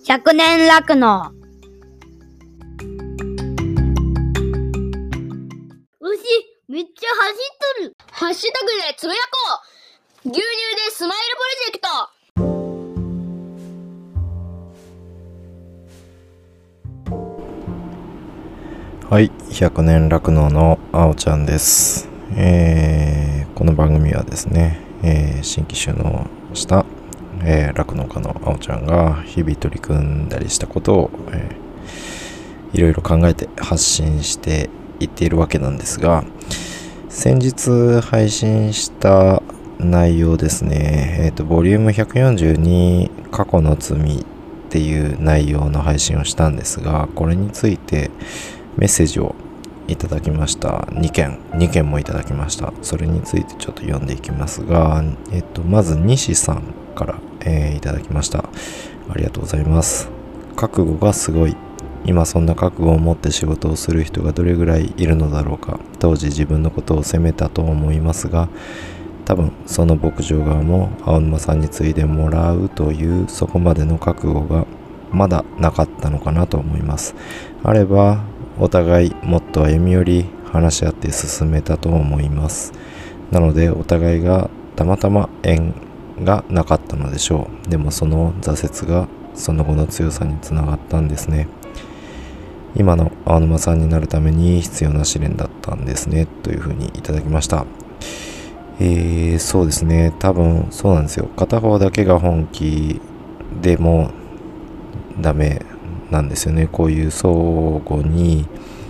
100年酪農。 牛、めっちゃ走っとる。ハッシュタグでつぶやこう。牛乳でスマイルプロジェクト。 はい、100年酪農のあおちゃんです。この番組はですね、新規就農した酪農家のあおちゃんが日々取り組んだりしたことを、いろいろ考えて発信していっているわけなんですが、先日配信した内容ですね、ボリューム142過去の罪っていう内容の配信をしたんですが、これについてメッセージをいただきました。2件もいただきました。それについてちょっと読んでいきますが、まず西さんから、いただきました。ありがとうございます。覚悟がすごい。今そんな覚悟を持って仕事をする人がどれぐらいいるのだろうか。当時自分のことを責めたと思いますが、多分その牧場側も青沼さんに継いでもらうというそこまでの覚悟がまだなかったのかなと思います。あればお互いもっと歩み寄り話し合って進めたと思います。なのでお互いがたまたま縁がなかったのでしょう。でもその挫折がその後の強さにつながったんですね。今の青沼さんになるために必要な試練だったんですね、というふうにいただきました。そうですね、多分そうなんですよ。片方だけが本気でもダメなんですよね。こういう相互に、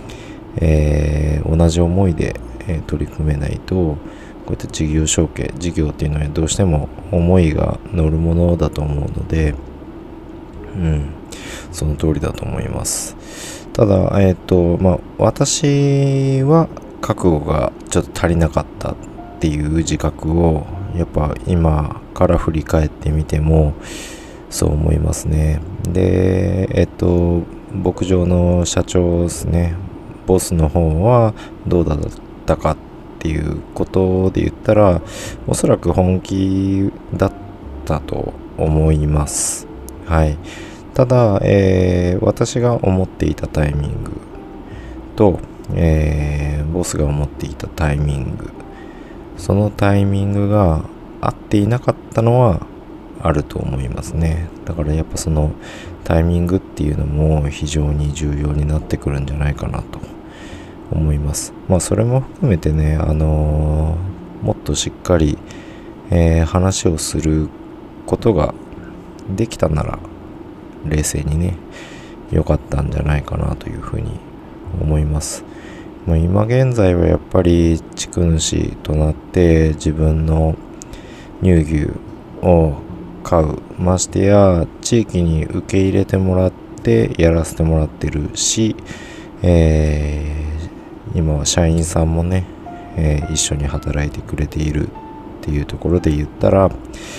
同じ思いで、取り組めないと、こういった事業承継、事業っていうのはどうしても思いが乗るものだと思うので、その通りだと思います。ただ、私は覚悟がちょっと足りなかったっていう自覚をやっぱ今から振り返ってみてもそう思いますね。で、牧場の社長ですね、ボスの方はどうだったかっていうことで言ったら、おそらく本気だったと思います。はい。ただ、私が思っていたタイミングと、ボスが思っていたタイミング、そのタイミングが合っていなかったのはあると思いますね。だからやっぱそのタイミングっていうのも非常に重要になってくるんじゃないかなと思います。それも含めてね、もっとしっかり、話をすることができたなら冷静にね良かったんじゃないかなというふうに思います。今現在はやっぱり地区主となって自分の乳牛を飼う、ましてや地域に受け入れてもらってやらせてもらってるし、今は社員さんもね、一緒に働いてくれているっていうところで言ったら、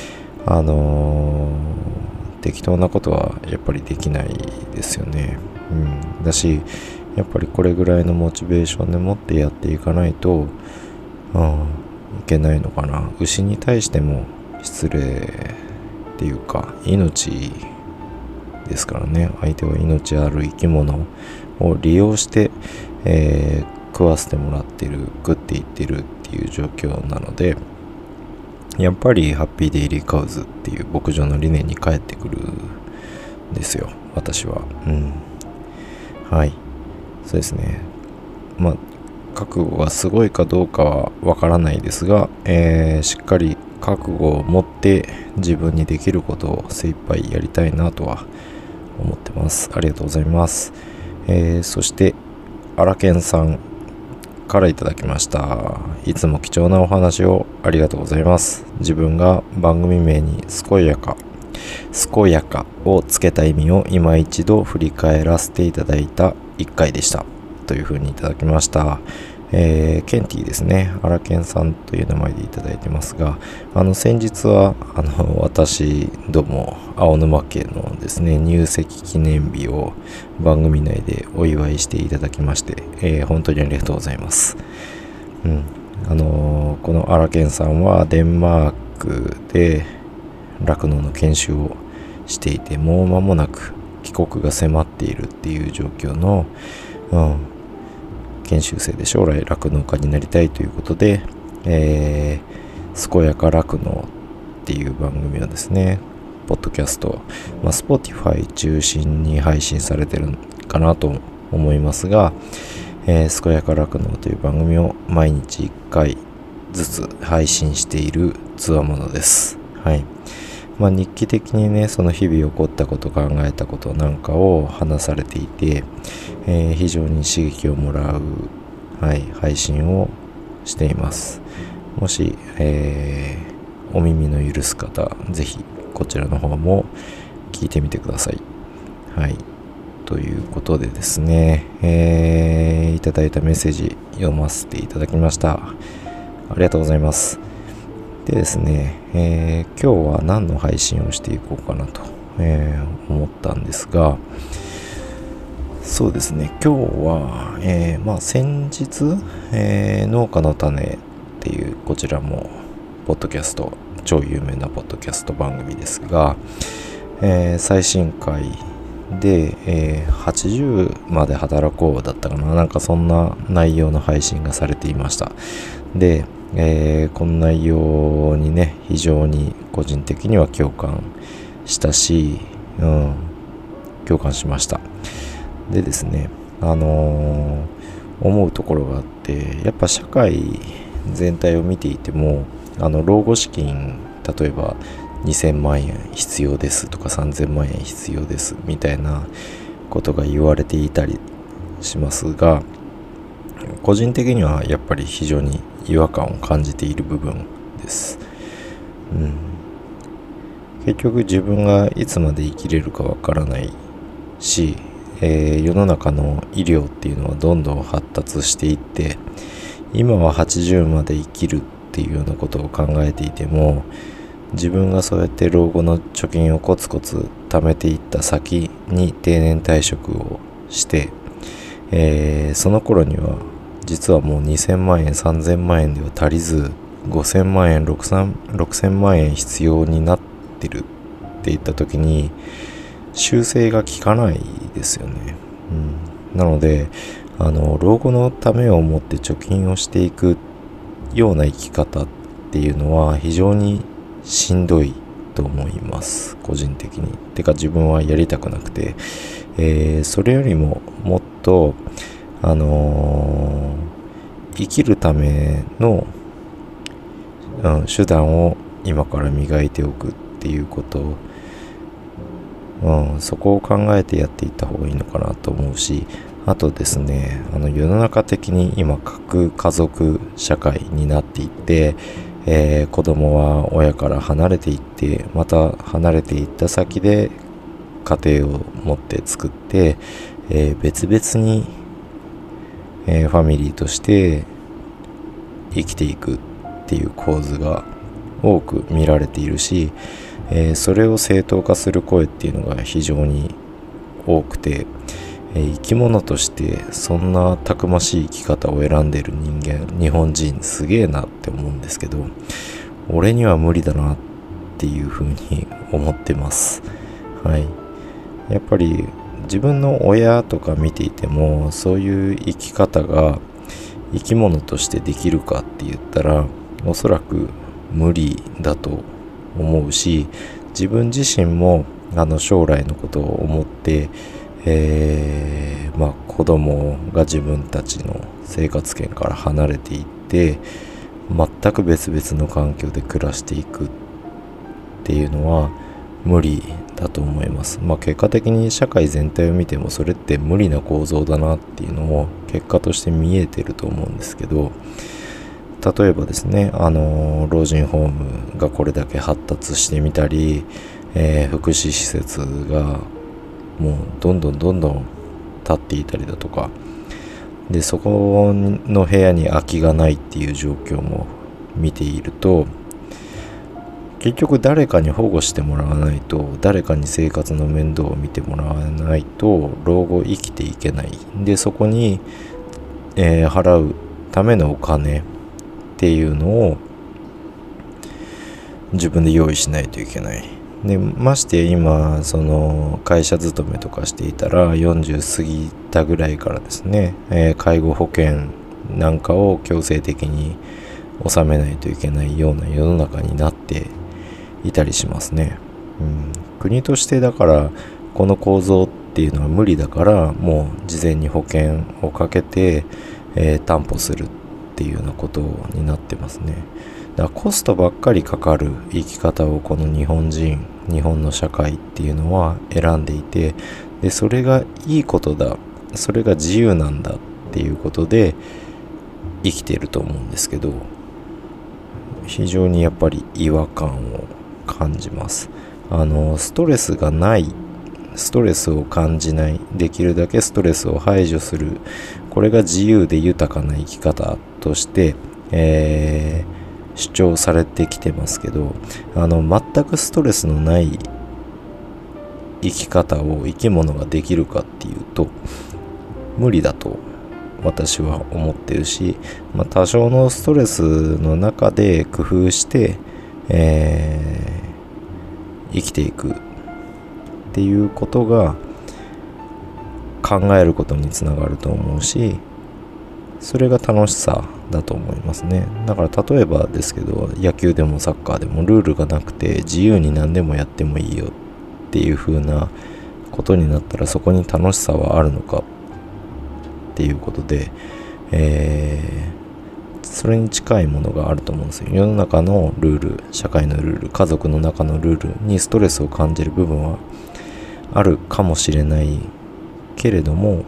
適当なことはやっぱりできないですよね。だしやっぱりこれぐらいのモチベーションでもってやっていかないと、いけないのかな。牛に対しても失礼っていうか命ですからね。相手は命ある生き物を利用して、食わせてもらってる、食っていってるっていう状況なので、やっぱりハッピーデイリーカウズっていう牧場の理念に帰ってくるんですよ、私は。はい、そうですね。覚悟がすごいかどうかはわからないですが、しっかり覚悟を持って自分にできることを精一杯やりたいなとは思ってます。ありがとうございます。そして荒健さんからいただきました。いつも貴重なお話をありがとうございます。自分が番組名に健やかをつけた意味を今一度振り返らせていただいた1回でしたというふうにいただきました。ケンティですね、荒健さんという名前でいただいてますが、先日は私ども青沼家のですね入籍記念日を番組内でお祝いしていただきまして、本当にありがとうございます。この荒健さんはデンマークで酪農の研修をしていて、もう間もなく帰国が迫っているっていう状況の、研修生で将来酪農家になりたいということで、健やか酪農っていう番組をですね、ポッドキャスト、Spotify 中心に配信されてるかなと思いますが、健やか酪農という番組を毎日1回ずつ配信しているつわものです。はい。日記的にね、その日々起こったこと、考えたことなんかを話されていて、非常に刺激をもらう、配信をしています。もし、お耳の許す方、ぜひこちらの方も聞いてみてください。はい。ということでですね、いただいたメッセージ読ませていただきました。ありがとうございます。でですね、今日は何の配信をしていこうかなと、思ったんですが、そうですね、今日は、先日、農家の種っていうこちらもポッドキャスト、超有名なポッドキャスト番組ですが、最新回で、80まで働こうだったかな、なんかそんな内容の配信がされていました。で、この内容にね、非常に個人的には共感したし、共感しました。でですね、思うところがあって、やっぱ社会全体を見ていても、老後資金、例えば2000万円必要ですとか3000万円必要ですみたいなことが言われていたりしますが、個人的にはやっぱり非常に違和感を感じている部分です。結局自分がいつまで生きれるかわからないし、世の中の医療っていうのはどんどん発達していって、今は80まで生きるっていうようなことを考えていても、自分がそうやって老後の貯金をコツコツ貯めていった先に定年退職をして、その頃には実はもう2000万円3000万円では足りず、5000万円6000万円必要になってるっていった時に修正が効かないですよね。なので老後のためを思って貯金をしていくような生き方っていうのは非常にしんどいと思います、個人的に。てか自分はやりたくなくて、それよりももっと生きるための、手段を今から磨いておくっていうこと、そこを考えてやっていった方がいいのかなと思うし、あとですね、世の中的に今核家族社会になっていって、子供は親から離れていって、また離れていった先で家庭を持って作って、別々に、ファミリーとして生きていくっていう構図が多く見られているし、それを正当化する声っていうのが非常に多くて、生き物としてそんなたくましい生き方を選んでいる人間、日本人すげえなって思うんですけど、俺には無理だなっていうふうに思ってます。はい。やっぱり自分の親とか見ていても、そういう生き方が生き物としてできるかって言ったら、おそらく無理だと思うし、自分自身も将来のことを思って、子供が自分たちの生活圏から離れていって全く別々の環境で暮らしていくっていうのは無理だと思います。結果的に社会全体を見てもそれって無理な構造だなっていうのも結果として見えてると思うんですけど、例えばですね、老人ホームがこれだけ発達してみたり、福祉施設がもうどんどん立っていたりだとかで、そこの部屋に空きがないっていう状況も見ていると、結局誰かに保護してもらわないと、誰かに生活の面倒を見てもらわないと老後生きていけない。でそこに、払うためのお金っていうのを自分で用意しないといけない。 でまして今その会社勤めとかしていたら40過ぎたぐらいからですね、介護保険なんかを強制的に納めないといけないような世の中になっていたりしますね。国としてだからこの構造っていうのは無理だからもう事前に保険をかけて、担保するっていうようなことになってますね。だからコストばっかりかかる生き方をこの日本の社会っていうのは選んでいて、でそれがいいことだ、それが自由なんだっていうことで生きていると思うんですけど、非常にやっぱり違和感を感じます。ストレスがない、ストレスを感じない、できるだけストレスを排除する、これが自由で豊かな生き方として、主張されてきてますけど、全くストレスのない生き方を生き物ができるかっていうと無理だと私は思ってるし、多少のストレスの中で工夫して、生きていくっていうことが考えることにつながると思うし、それが楽しさだと思いますね。だから例えばですけど、野球でもサッカーでもルールがなくて自由に何でもやってもいいよっていう風なことになったら、そこに楽しさはあるのかっていうことで、それに近いものがあると思うんですよ。世の中のルール、社会のルール、家族の中のルールにストレスを感じる部分はあるかもしれないけれども、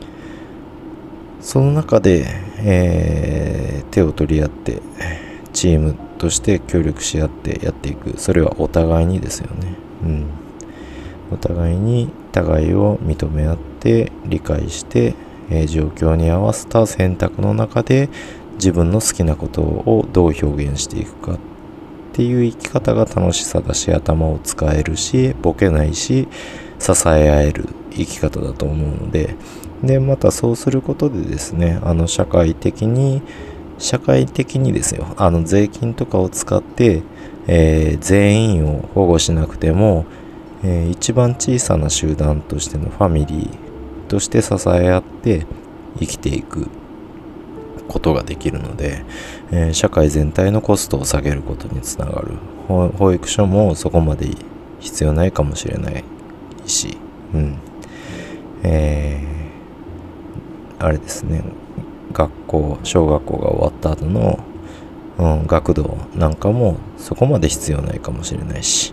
その中で、手を取り合ってチームとして協力し合ってやっていく、それはお互いにですよね。お互いに互いを認め合って理解して、状況に合わせた選択の中で自分の好きなことをどう表現していくかっていう生き方が楽しさだし、頭を使えるし、ボケないし、支え合える生き方だと思うので、またそうすることでですね、社会的にですよ、税金とかを使って、全員を保護しなくても、一番小さな集団としてのファミリーとして支え合って生きていくことができるので、社会全体のコストを下げることにつながる。保育所もそこまで必要ないかもしれないし、あれですね、小学校が終わった後の、学童なんかもそこまで必要ないかもしれないし、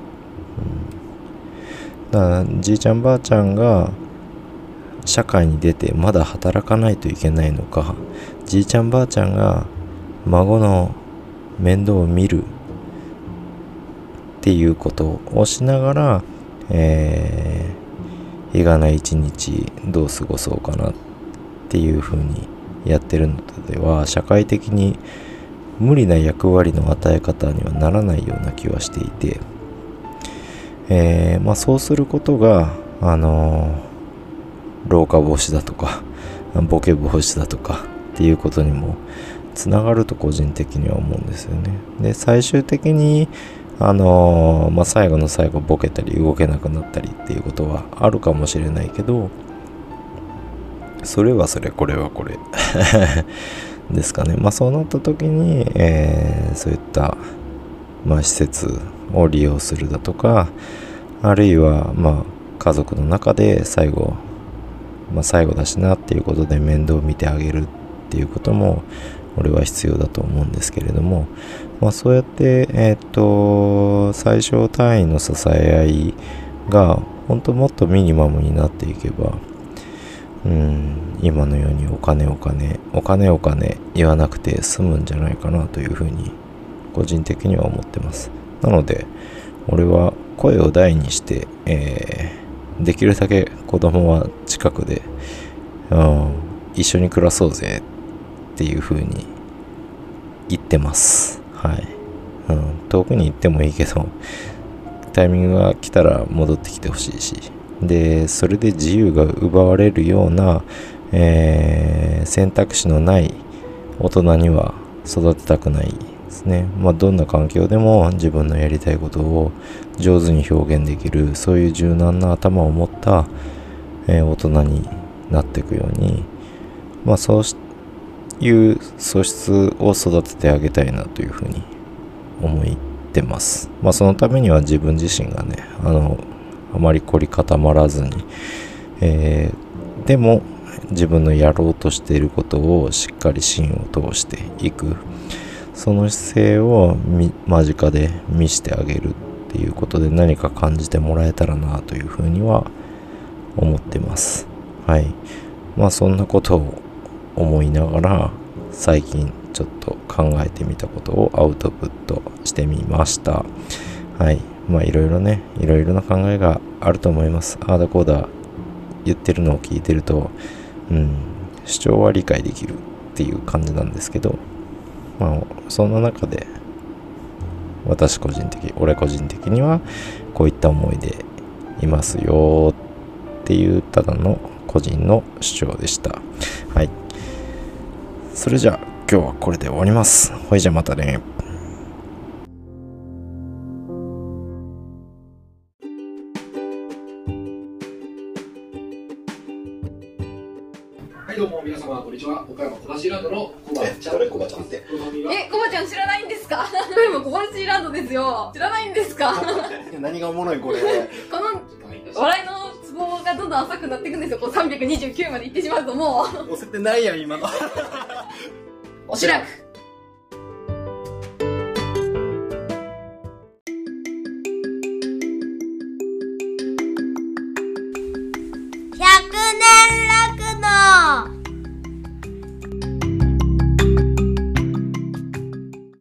だからじいちゃんばあちゃんが社会に出てまだ働かないといけないのか、じいちゃんばあちゃんが孫の面倒を見るっていうことをしながら、日がない一日どう過ごそうかなっていうふうにやってるのでは、社会的に無理な役割の与え方にはならないような気はしていて、そうすることが老化防止だとかボケ防止だとかっていうことにもつながると個人的には思うんですよね。で、最終的に最後の最後ボケたり動けなくなったりっていうことはあるかもしれないけど、それはそれ、これはこれですかね。そうなった時に、そういった、施設を利用するだとか、あるいは家族の中で最後だしなっていうことで面倒を見てあげるっていうことも俺は必要だと思うんですけれども、そうやって最小単位の支え合いが本当もっとミニマムになっていけば、今のようにお金言わなくて済むんじゃないかなというふうに個人的には思ってます。なので俺は声を大にして、できるだけ子供は近くで、一緒に暮らそうぜっていうふうに言ってます。はい。遠くに行ってもいいけどタイミングが来たら戻ってきてほしいし、でそれで自由が奪われるような、選択肢のない大人には育てたくない、 ですね。どんな環境でも自分のやりたいことを上手に表現できる、そういう柔軟な頭を持った、大人になっていくように、そういう素質を育ててあげたいなというふうに思ってます。そのためには自分自身がね、あまり凝り固まらずに、でも自分のやろうとしていることをしっかり芯を通していく、その姿勢を間近で見せてあげるっていうことで何か感じてもらえたらなというふうには思ってます。はい。そんなことを思いながら最近ちょっと考えてみたことをアウトプットしてみました。はい。いろいろね、いろいろな考えがあると思います。ああだこうだ言ってるのを聞いてると、主張は理解できるっていう感じなんですけど、そんな中で俺個人的にはこういった思いでいますよっていうただの個人の主張でした。はい。それじゃあ今日はこれで終わります。ほいじゃまたね。 はい、どうも皆様こんにちは。岡山小橋ランドのコバちゃん。 コバちゃんってコバちゃん知らないんですか？これも小橋ランドですよ。知らないんですか？ 何がおもろいこれ。 この笑いのツボがどんどん浅くなっていくんですよ。こう329までいってしまうともう押せてないやん今の。 おしらく